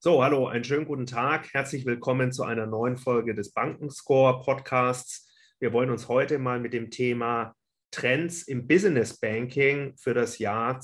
So, hallo, einen schönen guten Tag. Herzlich willkommen zu einer neuen Folge des Bankenscore Podcasts. Wir wollen uns heute mal mit dem Thema Trends im Business Banking für das Jahr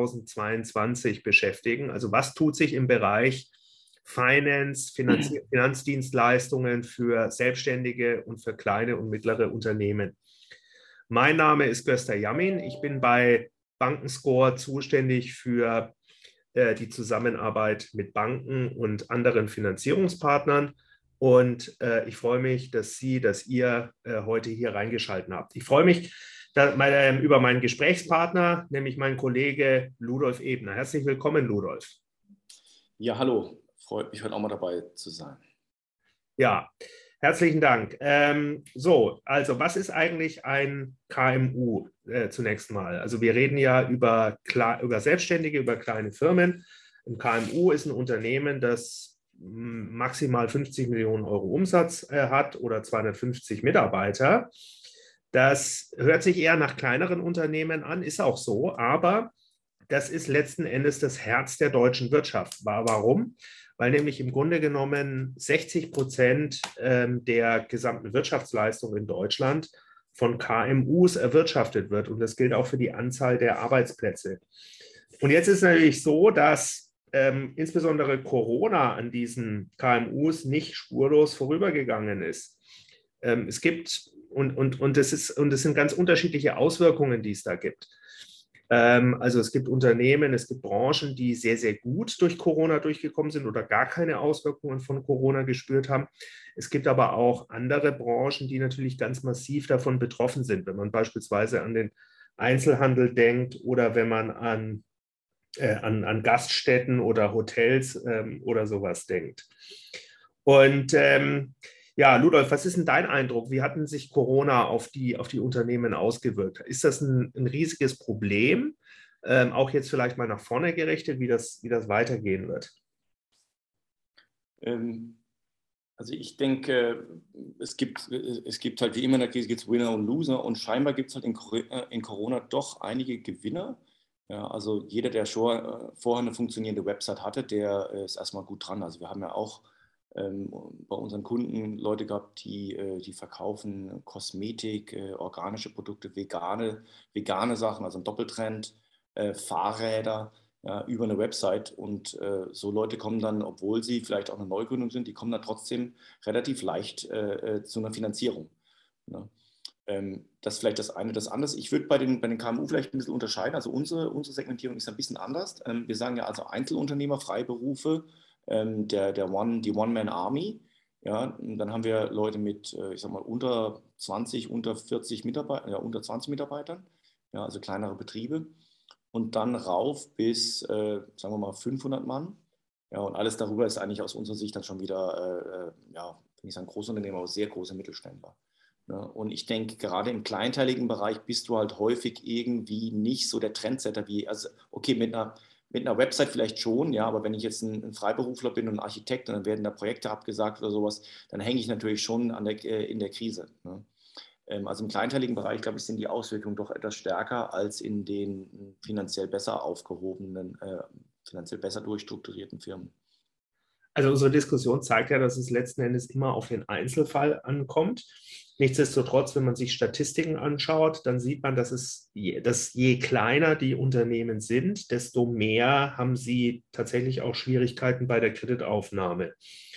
2022 beschäftigen. Also was tut sich im Bereich Finance, Finanzdienstleistungen für Selbstständige und für kleine und mittlere Unternehmen? Mein Name ist Gösta Jamin. Ich bin bei Bankenscore zuständig für die Zusammenarbeit mit Banken und anderen Finanzierungspartnern. Und ich freue mich, dass ihr heute hier reingeschaltet habt. Ich freue mich über meinen Gesprächspartner, nämlich meinen Kollege Ludolf Ebner. Herzlich willkommen, Ludolf. Ja, hallo. Freut mich, heute auch mal dabei zu sein. Ja, herzlichen Dank. Also was ist eigentlich ein KMU zunächst mal? Also wir reden ja über Selbstständige, über kleine Firmen. Ein KMU ist ein Unternehmen, das maximal 50 Millionen Euro Umsatz hat oder 250 Mitarbeiter. Das hört sich eher nach kleineren Unternehmen an, ist auch so, aber das ist letzten Endes das Herz der deutschen Wirtschaft. Warum? Weil nämlich im Grunde genommen 60% der gesamten Wirtschaftsleistung in Deutschland von KMUs erwirtschaftet wird. Und das gilt auch für die Anzahl der Arbeitsplätze. Und jetzt ist es natürlich so, dass insbesondere Corona an diesen KMUs nicht spurlos vorübergegangen ist. Es gibt, es sind ganz unterschiedliche Auswirkungen, die es da gibt. Also es gibt Unternehmen, es gibt Branchen, die sehr, sehr gut durch Corona durchgekommen sind oder gar keine Auswirkungen von Corona gespürt haben. Es gibt aber auch andere Branchen, die natürlich ganz massiv davon betroffen sind, wenn man beispielsweise an den Einzelhandel denkt oder wenn man an Gaststätten oder Hotels oder sowas denkt. Und ja, Ludolf, was ist denn dein Eindruck? Wie hat denn sich Corona auf die Unternehmen ausgewirkt? Ist das ein riesiges Problem? Auch jetzt vielleicht mal nach vorne gerichtet, wie das weitergehen wird? Also ich denke, es gibt halt wie immer in der Krise gibt's Winner und Loser und scheinbar gibt es halt in Corona doch einige Gewinner. Ja, also jeder, der schon vorher eine funktionierende Website hatte, der ist erstmal gut dran. Also wir haben ja auch bei unseren Kunden Leute gehabt, die verkaufen Kosmetik, organische Produkte, vegane Sachen, also ein Doppeltrend, Fahrräder, ja, über eine Website. Und so Leute kommen dann, obwohl sie vielleicht auch eine Neugründung sind, die kommen dann trotzdem relativ leicht zu einer Finanzierung. Ne? Das ist vielleicht das eine. Das andere, ich würde bei den KMU vielleicht ein bisschen unterscheiden. Also unsere Segmentierung ist ein bisschen anders. Wir sagen ja also Einzelunternehmer, Freiberufe, die One-Man-Army. Ja, und dann haben wir Leute mit, ich sag mal, unter 20, unter 40 Mitarbeitern, ja, unter 20 Mitarbeitern, ja, also kleinere Betriebe. Und dann rauf bis, sagen wir mal, 500 Mann. Ja, und alles darüber ist eigentlich aus unserer Sicht dann schon wieder, ja, wenn ich sagen Großunternehmer, aber sehr große Mittelständler. Ja, und ich denke, gerade im kleinteiligen Bereich bist du halt häufig irgendwie nicht so der Trendsetter wie, also okay, mit einer Website vielleicht schon, ja, aber wenn ich jetzt ein Freiberufler bin und ein Architekt und dann werden da Projekte abgesagt oder sowas, dann hänge ich natürlich schon in der Krise. Ne? Also im kleinteiligen Bereich, glaube ich, sind die Auswirkungen doch etwas stärker als in den finanziell besser aufgehobenen, finanziell besser durchstrukturierten Firmen. Also unsere Diskussion zeigt ja, dass es letzten Endes immer auf den Einzelfall ankommt. Nichtsdestotrotz, wenn man sich Statistiken anschaut, dann sieht man, dass je kleiner die Unternehmen sind, desto mehr haben sie tatsächlich auch Schwierigkeiten bei der Kreditaufnahme.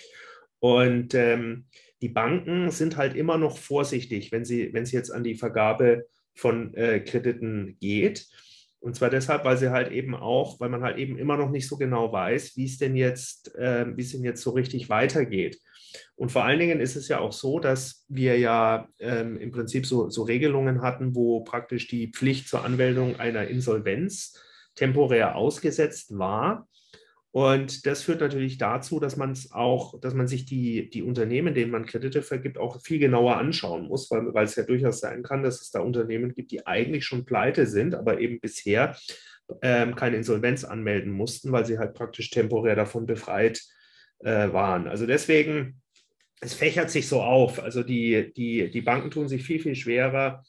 Und die Banken sind halt immer noch vorsichtig, wenn es jetzt an die Vergabe von Krediten geht. Und zwar deshalb, weil man halt eben immer noch nicht so genau weiß, wie es denn jetzt so richtig weitergeht. Und vor allen Dingen ist es ja auch so, dass wir ja im Prinzip so Regelungen hatten, wo praktisch die Pflicht zur Anmeldung einer Insolvenz temporär ausgesetzt war. Und das führt natürlich dazu, dass man sich die Unternehmen, denen man Kredite vergibt, auch viel genauer anschauen muss, weil es ja durchaus sein kann, dass es da Unternehmen gibt, die eigentlich schon pleite sind, aber eben bisher keine Insolvenz anmelden mussten, weil sie halt praktisch temporär davon befreit waren. Also deswegen, es fächert sich so auf. Also die Banken tun sich viel, viel schwerer,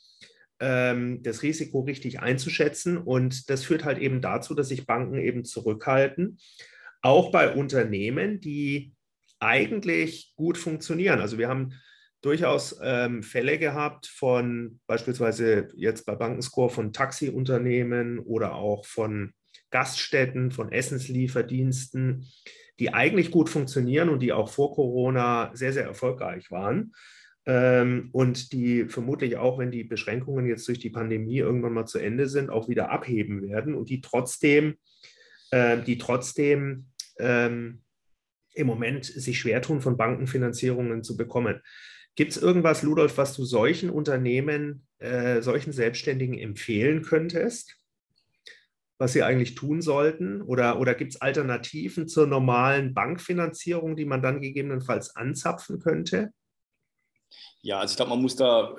das Risiko richtig einzuschätzen. Und das führt halt eben dazu, dass sich Banken eben zurückhalten. auch bei Unternehmen, die eigentlich gut funktionieren. Also wir haben durchaus Fälle gehabt von beispielsweise jetzt bei Bankenscore von Taxiunternehmen oder auch von Gaststätten, von Essenslieferdiensten, die eigentlich gut funktionieren und die auch vor Corona sehr, sehr erfolgreich waren. Und die vermutlich auch, wenn die Beschränkungen jetzt durch die Pandemie irgendwann mal zu Ende sind, auch wieder abheben werden und die trotzdem im Moment sich schwer tun, von Bankenfinanzierungen zu bekommen. Gibt es irgendwas, Ludolf, was du solchen Unternehmen, solchen Selbstständigen empfehlen könntest, was sie eigentlich tun sollten? Oder gibt es Alternativen zur normalen Bankfinanzierung, die man dann gegebenenfalls anzapfen könnte? Ja, also ich glaube, man muss da,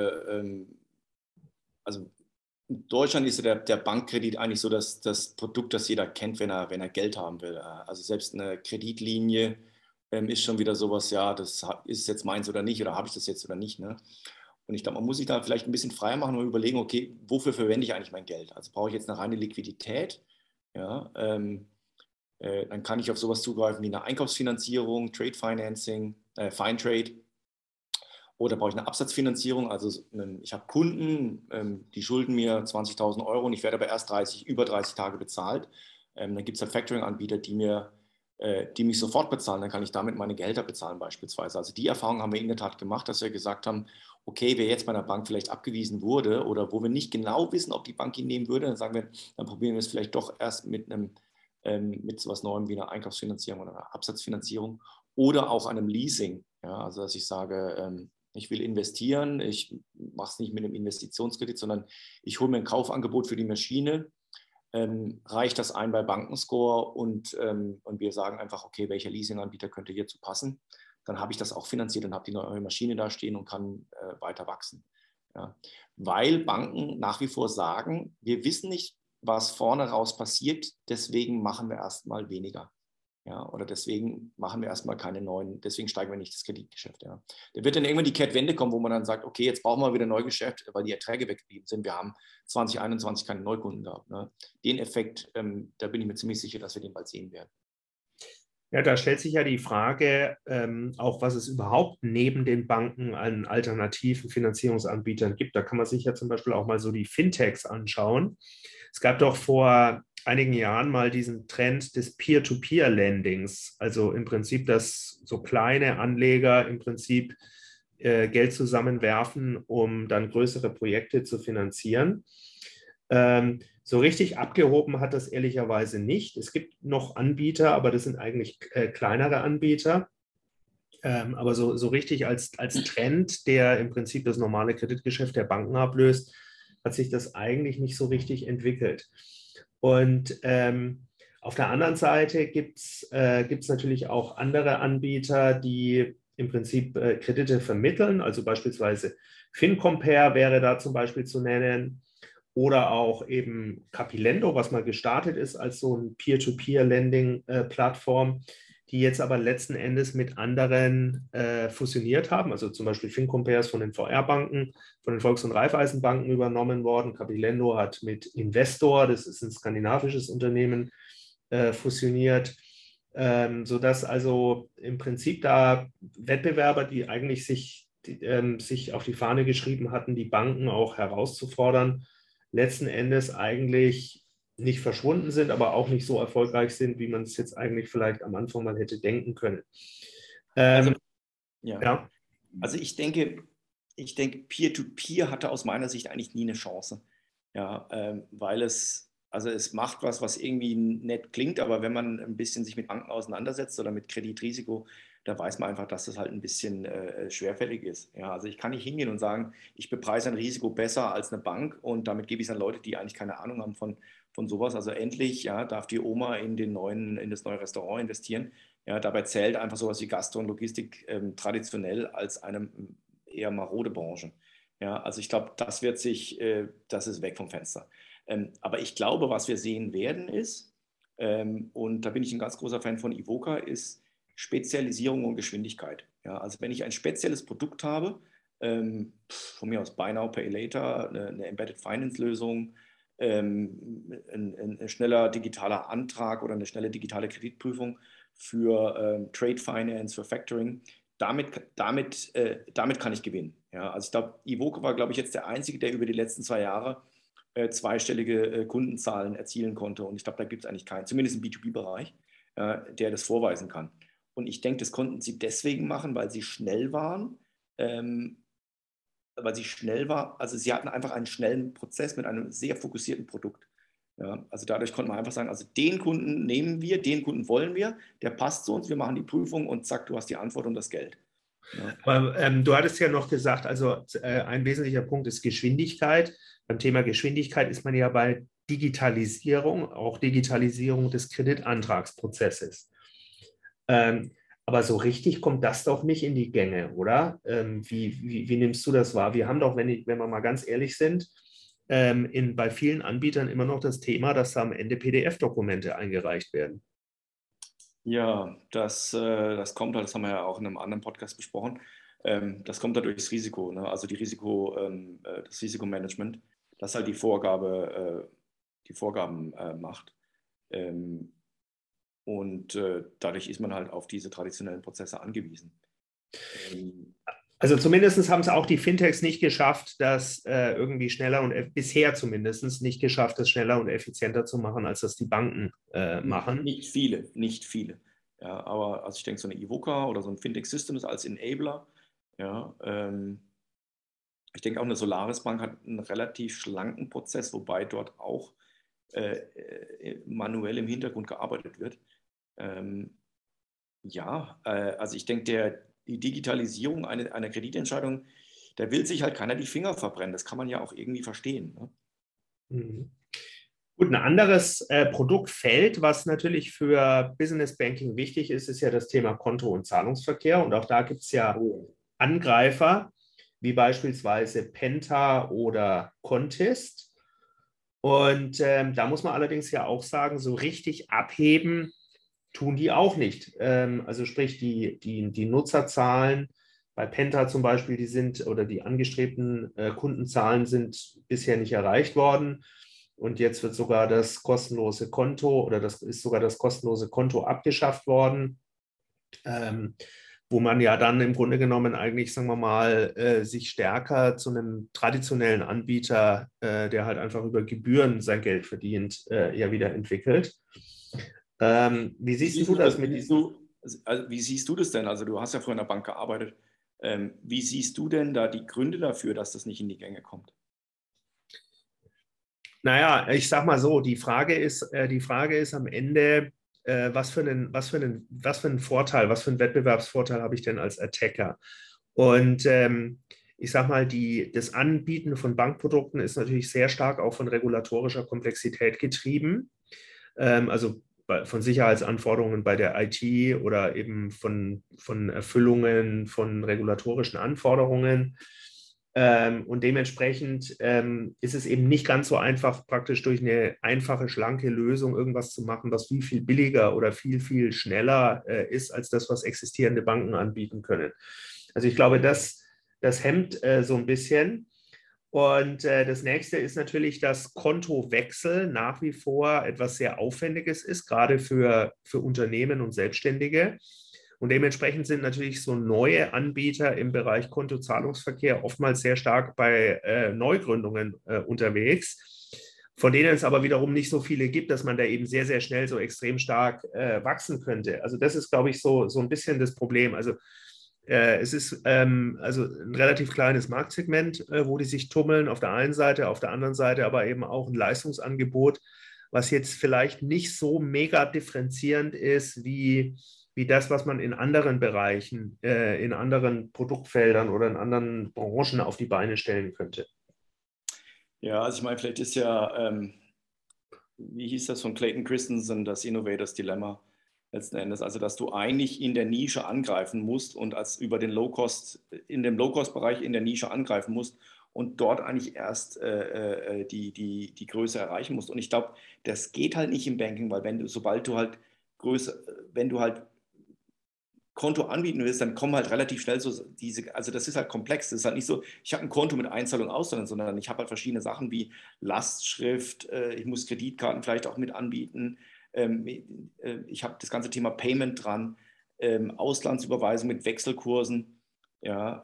also in Deutschland ist ja der Bankkredit eigentlich so das Produkt, das jeder kennt, wenn er Geld haben will. Also selbst eine Kreditlinie ist schon wieder sowas, ja, das ist jetzt meins oder nicht, oder habe ich das jetzt oder nicht. Ne? Und ich glaube, man muss sich da vielleicht ein bisschen freier machen und überlegen, okay, wofür verwende ich eigentlich mein Geld? Also brauche ich jetzt eine reine Liquidität? Ja, dann kann ich auf sowas zugreifen wie eine Einkaufsfinanzierung, Trade Financing, Fine Trade. Oder brauche ich eine Absatzfinanzierung? Also ich habe Kunden, die schulden mir 20.000 Euro und ich werde aber erst über 30 Tage bezahlt. Dann gibt es ja Factoring-Anbieter, die mich sofort bezahlen. Dann kann ich damit meine Gehälter bezahlen beispielsweise. Also die Erfahrung haben wir in der Tat gemacht, dass wir gesagt haben, okay, wer jetzt bei einer Bank vielleicht abgewiesen wurde oder wo wir nicht genau wissen, ob die Bank ihn nehmen würde, dann sagen wir, dann probieren wir es vielleicht doch erst mit so etwas Neuem wie einer Einkaufsfinanzierung oder einer Absatzfinanzierung oder auch einem Leasing. Ja, also dass ich sage, ich will investieren, ich mache es nicht mit einem Investitionskredit, sondern ich hole mir ein Kaufangebot für die Maschine, reiche das ein bei Bankenscore und wir sagen einfach, okay, welcher Leasinganbieter könnte hierzu passen? Dann habe ich das auch finanziert und habe die neue Maschine da stehen und kann weiter wachsen. Ja. Weil Banken nach wie vor sagen, wir wissen nicht, was vorne raus passiert, deswegen machen wir erstmal weniger. Ja, oder deswegen machen wir erstmal keine neuen, deswegen steigen wir nicht das Kreditgeschäft. Ja. Da wird dann irgendwann die Kehrtwende kommen, wo man dann sagt, okay, jetzt brauchen wir wieder Neugeschäft, weil die Erträge weggeblieben sind. Wir haben 2021 keine Neukunden gehabt. Ne. Den Effekt, da bin ich mir ziemlich sicher, dass wir den bald sehen werden. Ja, da stellt sich ja die Frage, auch was es überhaupt neben den Banken an alternativen Finanzierungsanbietern gibt. Da kann man sich ja zum Beispiel auch mal so die Fintechs anschauen. Es gab doch vor einigen Jahren mal diesen Trend des Peer-to-Peer-Lendings, also im Prinzip, dass so kleine Anleger im Prinzip Geld zusammenwerfen, um dann größere Projekte zu finanzieren. So richtig abgehoben hat das ehrlicherweise nicht. Es gibt noch Anbieter, aber das sind eigentlich kleinere Anbieter. Aber so richtig als Trend, der im Prinzip das normale Kreditgeschäft der Banken ablöst, hat sich das eigentlich nicht so richtig entwickelt. Und auf der anderen Seite gibt's natürlich auch andere Anbieter, die im Prinzip Kredite vermitteln. Also beispielsweise FinCompare wäre da zum Beispiel zu nennen. Oder auch eben Capilendo, was mal gestartet ist als so ein Peer-to-Peer-Lending-Plattform, die jetzt aber letzten Endes mit anderen fusioniert haben. Also zum Beispiel FinCompare ist von den VR-Banken, von den Volks- und Raiffeisenbanken übernommen worden. Capilendo hat mit Investor, das ist ein skandinavisches Unternehmen, fusioniert. Sodass also im Prinzip da Wettbewerber, die eigentlich sich auf die Fahne geschrieben hatten, die Banken auch herauszufordern, letzten Endes eigentlich nicht verschwunden sind, aber auch nicht so erfolgreich sind, wie man es jetzt eigentlich vielleicht am Anfang mal hätte denken können. Also, ja. Ja. Also ich denke, Peer-to-Peer hatte aus meiner Sicht eigentlich nie eine Chance. Ja, weil es macht was irgendwie nett klingt, aber wenn man ein bisschen sich mit Banken auseinandersetzt oder mit Kreditrisiko, da weiß man einfach, dass das halt ein bisschen schwerfällig ist. Ja, also ich kann nicht hingehen und sagen, ich bepreise ein Risiko besser als eine Bank und damit gebe ich es an Leute, die eigentlich keine Ahnung haben von sowas. Also endlich, ja, darf die Oma in das neue Restaurant investieren. Ja, dabei zählt einfach sowas wie Gastro und Logistik traditionell als eine eher marode Branche. Ja, also ich glaube, das ist weg vom Fenster. Aber ich glaube, was wir sehen werden ist, und da bin ich ein ganz großer Fan von Ivoca, ist Spezialisierung und Geschwindigkeit. Ja, also wenn ich ein spezielles Produkt habe, von mir aus Buy Now, Pay Later, eine Embedded Finance Lösung, ein schneller digitaler Antrag oder eine schnelle digitale Kreditprüfung für Trade Finance, für Factoring. Damit kann ich gewinnen. Ja, also ich glaube, Ivoco war, glaube ich, jetzt der Einzige, der über die letzten 2 Jahre zweistellige Kundenzahlen erzielen konnte. Und ich glaube, da gibt es eigentlich keinen, zumindest im B2B-Bereich, der das vorweisen kann. Und ich denke, das konnten sie deswegen machen, weil sie schnell waren. Also sie hatten einfach einen schnellen Prozess mit einem sehr fokussierten Produkt. Ja, also dadurch konnte man einfach sagen, also den Kunden nehmen wir, den Kunden wollen wir, der passt zu uns, wir machen die Prüfung und zack, du hast die Antwort und das Geld. Ja. Aber du hattest ja noch gesagt, also ein wesentlicher Punkt ist Geschwindigkeit. Beim Thema Geschwindigkeit ist man ja bei Digitalisierung, auch Digitalisierung des Kreditantragsprozesses. Aber so richtig kommt das doch nicht in die Gänge, oder? Wie nimmst du das wahr? Wir haben doch, wenn wir mal ganz ehrlich sind, bei vielen Anbietern immer noch das Thema, dass da am Ende PDF-Dokumente eingereicht werden. Ja, das kommt halt, das haben wir ja auch in einem anderen Podcast besprochen. Das kommt halt durchs Risiko, ne? Also das Risikomanagement, das halt die Vorgaben macht. Und dadurch ist man halt auf diese traditionellen Prozesse angewiesen. Also zumindest haben es auch die Fintechs nicht geschafft, das irgendwie schneller und bisher zumindest nicht geschafft, das schneller und effizienter zu machen, als das die Banken machen. Nicht viele. Ja, aber also ich denke, so eine Ivoca oder so ein Fintech Systems als Enabler, ja, ich denke auch eine Solaris Bank hat einen relativ schlanken Prozess, wobei dort auch manuell im Hintergrund gearbeitet wird. Also ich denke, die Digitalisierung einer Kreditentscheidung, da will sich halt keiner die Finger verbrennen. Das kann man ja auch irgendwie verstehen. Ne? Mhm. Gut, ein anderes Produktfeld, was natürlich für Business Banking wichtig ist, ist ja das Thema Konto- und Zahlungsverkehr. Und auch da gibt es ja Angreifer, wie beispielsweise Penta oder Contest. Und da muss man allerdings ja auch sagen, so richtig abheben tun die auch nicht. Also sprich, die Nutzerzahlen bei Penta zum Beispiel, die angestrebten Kundenzahlen sind bisher nicht erreicht worden. Und jetzt wird sogar das kostenlose Konto ist sogar das kostenlose Konto abgeschafft worden, wo man ja dann im Grunde genommen eigentlich, sagen wir mal, sich stärker zu einem traditionellen Anbieter, der halt einfach über Gebühren sein Geld verdient, ja wieder entwickelt. Wie siehst du das mit diesem? Also, wie siehst du das denn? Also du hast ja vorhin in der Bank gearbeitet. Wie siehst du denn da die Gründe dafür, dass das nicht in die Gänge kommt? Naja, ich sag mal so, die Frage ist am Ende, was für einen Vorteil, was für einen Wettbewerbsvorteil habe ich denn als Attacker? Und ich sag mal, das Anbieten von Bankprodukten ist natürlich sehr stark auch von regulatorischer Komplexität getrieben. Also von Sicherheitsanforderungen bei der IT oder eben von Erfüllungen von regulatorischen Anforderungen. Und dementsprechend ist es eben nicht ganz so einfach, praktisch durch eine einfache, schlanke Lösung irgendwas zu machen, was viel, viel billiger oder viel, viel schneller ist als das, was existierende Banken anbieten können. Also ich glaube, das hemmt so ein bisschen. Und das nächste ist natürlich, dass Kontowechsel nach wie vor etwas sehr Aufwendiges ist, gerade für Unternehmen und Selbstständige. Und dementsprechend sind natürlich so neue Anbieter im Bereich Kontozahlungsverkehr oftmals sehr stark bei Neugründungen unterwegs, von denen es aber wiederum nicht so viele gibt, dass man da eben sehr, sehr schnell so extrem stark wachsen könnte. Also das ist, glaube ich, so ein bisschen das Problem. Also es ist also ein relativ kleines Marktsegment, wo die sich tummeln auf der einen Seite, auf der anderen Seite aber eben auch ein Leistungsangebot, was jetzt vielleicht nicht so mega differenzierend ist wie das, was man in anderen Bereichen, in anderen Produktfeldern oder in anderen Branchen auf die Beine stellen könnte. Ja, also ich meine, vielleicht ist ja, wie hieß das von Clayton Christensen, das Innovators Dilemma letzten Endes, also dass du eigentlich in der Nische angreifen musst und in dem Low-Cost-Bereich in der Nische angreifen musst und dort eigentlich erst die Größe erreichen musst. Und ich glaube, das geht halt nicht im Banking, weil wenn du halt Konto anbieten willst, dann kommen halt relativ schnell so also das ist halt komplex. Das ist halt nicht so, ich habe ein Konto mit Einzahlung und Auszahlung, sondern ich habe halt verschiedene Sachen wie Lastschrift, ich muss Kreditkarten vielleicht auch mit anbieten, ich habe das ganze Thema Payment dran, Auslandsüberweisung mit Wechselkursen, ja,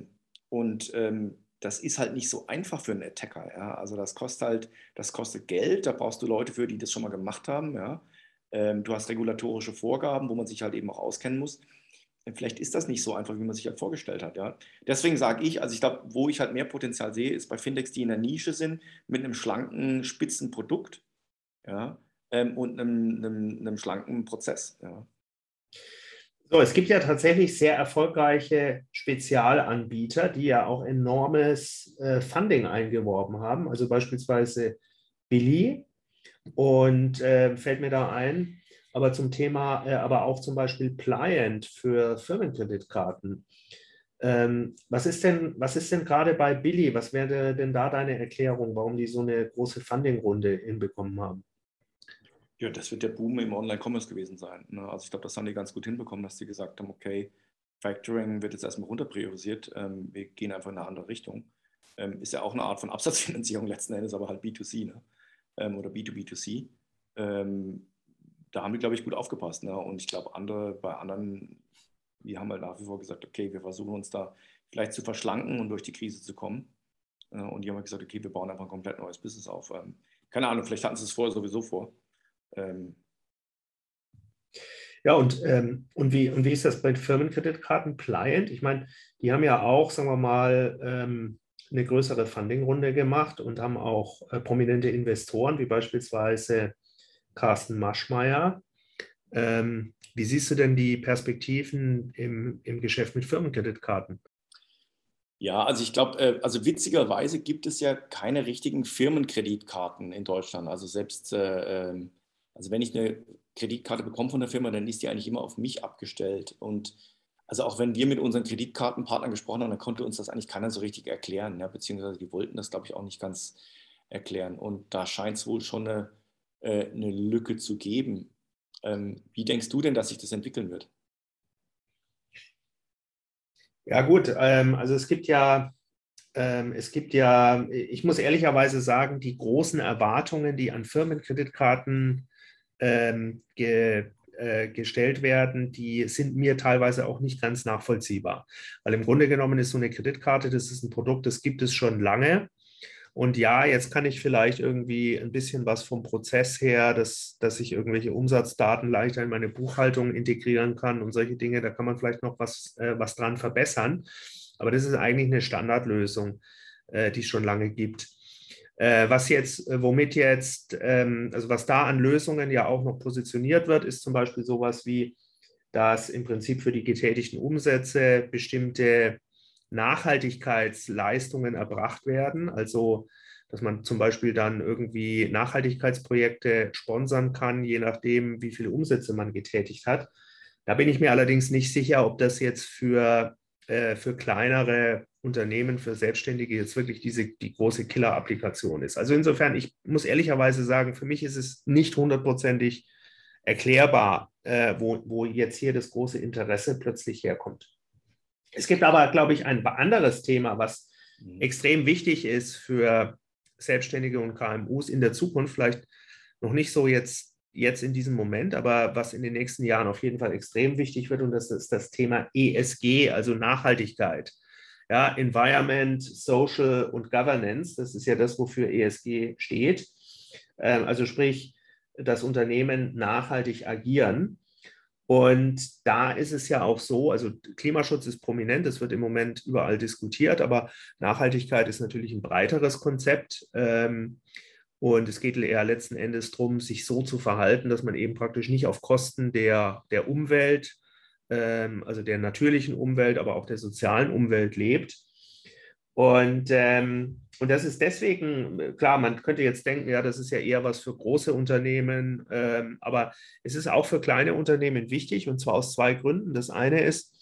das ist halt nicht so einfach für einen Attacker, ja, also das kostet Geld, da brauchst du Leute für, die das schon mal gemacht haben, ja. Du hast regulatorische Vorgaben, wo man sich halt eben auch auskennen muss. Vielleicht ist das nicht so einfach, wie man sich halt vorgestellt hat. Ja? Deswegen sage ich, also ich glaube, wo ich halt mehr Potenzial sehe, ist bei Fintechs, die in der Nische sind, mit einem schlanken, spitzen Produkt, ja, und einem schlanken Prozess. Ja. So, es gibt ja tatsächlich sehr erfolgreiche Spezialanbieter, die ja auch enormes Funding eingeworben haben. Also beispielsweise Billy und fällt mir da ein, aber zum Thema, aber auch zum Beispiel Pliant für Firmenkreditkarten. Was ist denn gerade bei Billy? Was wäre denn da deine Erklärung, warum die so eine große Funding-Runde hinbekommen haben? Ja, das wird der Boom im Online-Commerce gewesen sein. Ne? Also ich glaube, das haben die ganz gut hinbekommen, dass die gesagt haben, okay, Factoring wird jetzt erstmal runter priorisiert, wir gehen einfach in eine andere Richtung. Ist ja auch eine Art von Absatzfinanzierung letzten Endes, aber halt B2C, ne? Oder B2B2C. Da haben die, glaube ich, gut aufgepasst. Ne? Und ich glaube, bei anderen, die haben halt nach wie vor gesagt, okay, wir versuchen uns da vielleicht zu verschlanken und durch die Krise zu kommen. Und die haben halt gesagt, okay, wir bauen einfach ein komplett neues Business auf. Keine Ahnung, vielleicht hatten sie es vorher sowieso vor. Ja, und wie ist das bei Firmenkreditkarten? Pliant? Ich meine, die haben ja auch, sagen wir mal, eine größere Funding-Runde gemacht und haben auch prominente Investoren, wie beispielsweise Carsten Maschmeyer. Wie siehst du denn die Perspektiven im Geschäft mit Firmenkreditkarten? Ja, also ich glaube, also witzigerweise gibt es ja keine richtigen Firmenkreditkarten in Deutschland. Also selbst, also wenn ich eine Kreditkarte bekomme von der Firma, dann ist die eigentlich immer auf mich abgestellt. Und also auch wenn wir mit unseren Kreditkartenpartnern gesprochen haben, dann konnte uns das eigentlich keiner so richtig erklären. Ja, beziehungsweise die wollten das, glaube ich, auch nicht ganz erklären. Und da scheint es wohl schon eine Lücke zu geben. Wie denkst du denn, dass sich das entwickeln wird? Ja, gut, also es gibt ja, ich muss ehrlicherweise sagen, die großen Erwartungen, die an Firmenkreditkarten gestellt werden, die sind mir teilweise auch nicht ganz nachvollziehbar. Weil im Grunde genommen ist so eine Kreditkarte, das ist ein Produkt, das gibt es schon lange. Und ja, jetzt kann ich vielleicht irgendwie ein bisschen was vom Prozess her, dass ich irgendwelche Umsatzdaten leichter in meine Buchhaltung integrieren kann und solche Dinge, da kann man vielleicht noch was dran verbessern. Aber das ist eigentlich eine Standardlösung, die es schon lange gibt. Also was da an Lösungen ja auch noch positioniert wird, ist zum Beispiel sowas wie, dass im Prinzip für die getätigten Umsätze bestimmte Nachhaltigkeitsleistungen erbracht werden. Also, dass man zum Beispiel dann irgendwie Nachhaltigkeitsprojekte sponsern kann, je nachdem, wie viele Umsätze man getätigt hat. Da bin ich mir allerdings nicht sicher, ob das jetzt für kleinere Unternehmen, für Selbstständige jetzt wirklich die große Killer-Applikation ist. Also insofern, ich muss ehrlicherweise sagen, für mich ist es nicht hundertprozentig erklärbar, wo jetzt hier das große Interesse plötzlich herkommt. Es gibt aber, glaube ich, ein anderes Thema, was extrem wichtig ist für Selbstständige und KMUs in der Zukunft, vielleicht noch nicht so jetzt in diesem Moment, aber was in den nächsten Jahren auf jeden Fall extrem wichtig wird, und das ist das Thema ESG, also Nachhaltigkeit. Ja, Environment, Social und Governance, das ist ja das, wofür ESG steht. Also sprich, dass Unternehmen nachhaltig agieren. Und da ist es ja auch so, also Klimaschutz ist prominent, es wird im Moment überall diskutiert, aber Nachhaltigkeit ist natürlich ein breiteres Konzept. Und es geht eher letzten Endes darum, sich so zu verhalten, dass man eben praktisch nicht auf Kosten der Umwelt, also der natürlichen Umwelt, aber auch der sozialen Umwelt lebt. Und das ist deswegen, klar, man könnte jetzt denken, ja, das ist ja eher was für große Unternehmen, aber es ist auch für kleine Unternehmen wichtig, und zwar aus zwei Gründen. Das eine ist,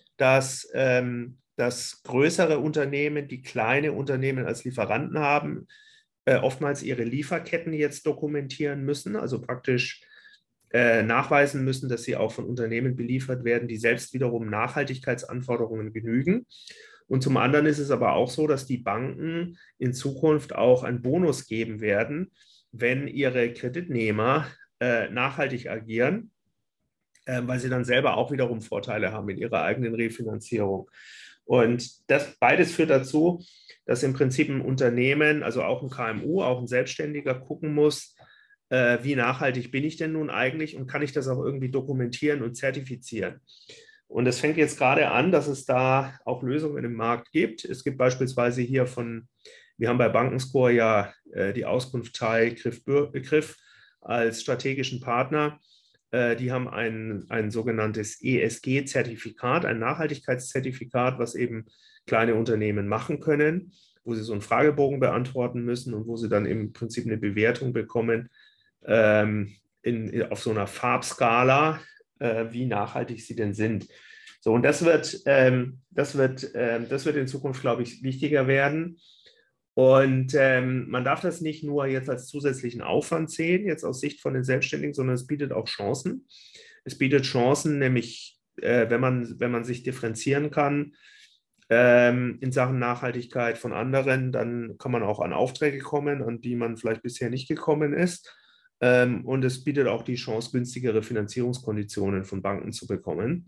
dass größere Unternehmen, die kleine Unternehmen als Lieferanten haben, oftmals ihre Lieferketten jetzt dokumentieren müssen, also praktisch nachweisen müssen, dass sie auch von Unternehmen beliefert werden, die selbst wiederum Nachhaltigkeitsanforderungen genügen. Und zum anderen ist es aber auch so, dass die Banken in Zukunft auch einen Bonus geben werden, wenn ihre Kreditnehmer nachhaltig agieren, weil sie dann selber auch wiederum Vorteile haben in ihrer eigenen Refinanzierung. Und das beides führt dazu, dass im Prinzip ein Unternehmen, also auch ein KMU, auch ein Selbstständiger gucken muss, wie nachhaltig bin ich denn nun eigentlich und kann ich das auch irgendwie dokumentieren und zertifizieren. Und es fängt jetzt gerade an, dass es da auch Lösungen im Markt gibt. Es gibt beispielsweise hier wir haben bei Bankenscore ja die Auskunft Thai Griff als strategischen Partner. Die haben ein sogenanntes ESG-Zertifikat, ein Nachhaltigkeitszertifikat, was eben kleine Unternehmen machen können, wo sie so einen Fragebogen beantworten müssen und wo sie dann im Prinzip eine Bewertung bekommen auf so einer Farbskala, wie nachhaltig sie denn sind. So, und das wird in Zukunft, glaube ich, wichtiger werden. Und man darf das nicht nur jetzt als zusätzlichen Aufwand sehen, jetzt aus Sicht von den Selbstständigen, sondern es bietet auch Chancen. Es bietet Chancen, nämlich wenn man sich differenzieren kann in Sachen Nachhaltigkeit von anderen, dann kann man auch an Aufträge kommen, an die man vielleicht bisher nicht gekommen ist. Und es bietet auch die Chance, günstigere Finanzierungskonditionen von Banken zu bekommen.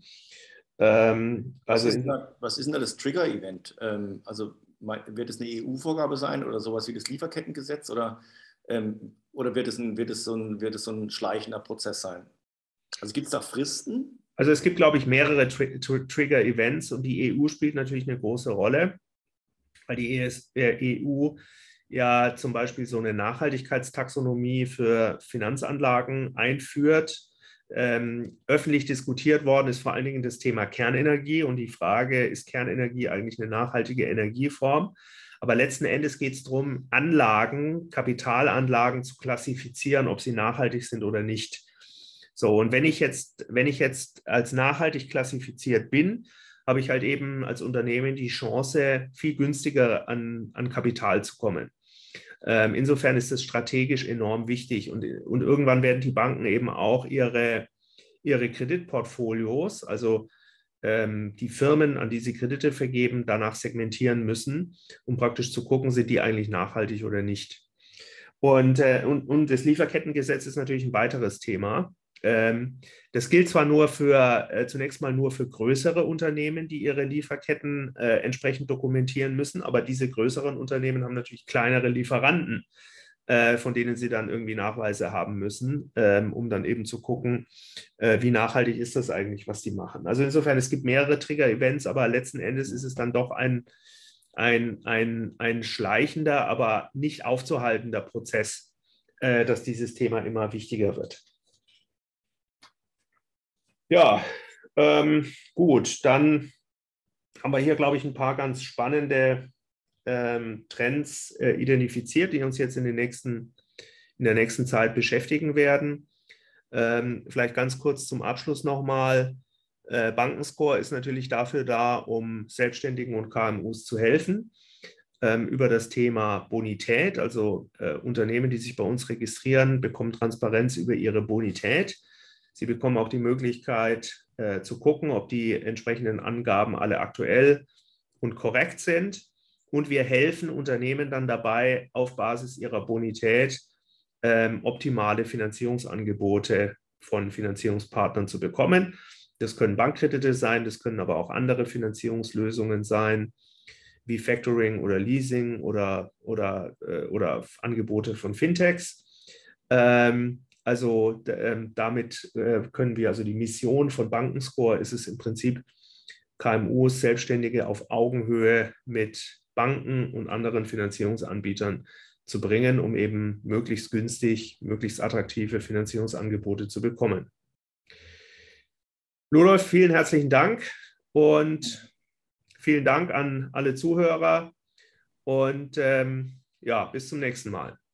Was ist denn da das Trigger-Event? Also wird es eine EU-Vorgabe sein oder sowas wie das Lieferkettengesetz oder wird es so ein schleichender Prozess sein? Also gibt es da Fristen? Also es gibt, glaube ich, mehrere Trigger-Events und die EU spielt natürlich eine große Rolle, weil die EU ja zum Beispiel so eine Nachhaltigkeitstaxonomie für Finanzanlagen einführt. Öffentlich diskutiert worden ist vor allen Dingen das Thema Kernenergie und die Frage, ist Kernenergie eigentlich eine nachhaltige Energieform? Aber letzten Endes geht es darum, Kapitalanlagen zu klassifizieren, ob sie nachhaltig sind oder nicht. So, und wenn ich jetzt als nachhaltig klassifiziert bin, habe ich halt eben als Unternehmen die Chance, viel günstiger an Kapital zu kommen. Insofern ist das strategisch enorm wichtig und irgendwann werden die Banken eben auch ihre Kreditportfolios, also die Firmen, an die sie Kredite vergeben, danach segmentieren müssen, um praktisch zu gucken, sind die eigentlich nachhaltig oder nicht. Und das Lieferkettengesetz ist natürlich ein weiteres Thema. Das gilt zwar zunächst mal nur für größere Unternehmen, die ihre Lieferketten entsprechend dokumentieren müssen, aber diese größeren Unternehmen haben natürlich kleinere Lieferanten, von denen sie dann irgendwie Nachweise haben müssen, um dann eben zu gucken, wie nachhaltig ist das eigentlich, was die machen. Also insofern, es gibt mehrere Trigger-Events, aber letzten Endes ist es dann doch ein schleichender, aber nicht aufzuhaltender Prozess, dass dieses Thema immer wichtiger wird. Ja, gut, dann haben wir hier, glaube ich, ein paar ganz spannende Trends identifiziert, die uns jetzt in der nächsten Zeit beschäftigen werden. Vielleicht ganz kurz zum Abschluss nochmal. Bankenscore ist natürlich dafür da, um Selbstständigen und KMUs zu helfen, über das Thema Bonität. Also Unternehmen, die sich bei uns registrieren, bekommen Transparenz über ihre Bonität. Sie bekommen auch die Möglichkeit zu gucken, ob die entsprechenden Angaben alle aktuell und korrekt sind. Und wir helfen Unternehmen dann dabei, auf Basis ihrer Bonität optimale Finanzierungsangebote von Finanzierungspartnern zu bekommen. Das können Bankkredite sein, das können aber auch andere Finanzierungslösungen sein, wie Factoring oder Leasing oder Angebote von Fintechs. Damit können wir, also die Mission von Bankenscore ist es im Prinzip, KMUs, Selbstständige auf Augenhöhe mit Banken und anderen Finanzierungsanbietern zu bringen, um eben möglichst günstig, möglichst attraktive Finanzierungsangebote zu bekommen. Ludolf, vielen herzlichen Dank und vielen Dank an alle Zuhörer und bis zum nächsten Mal.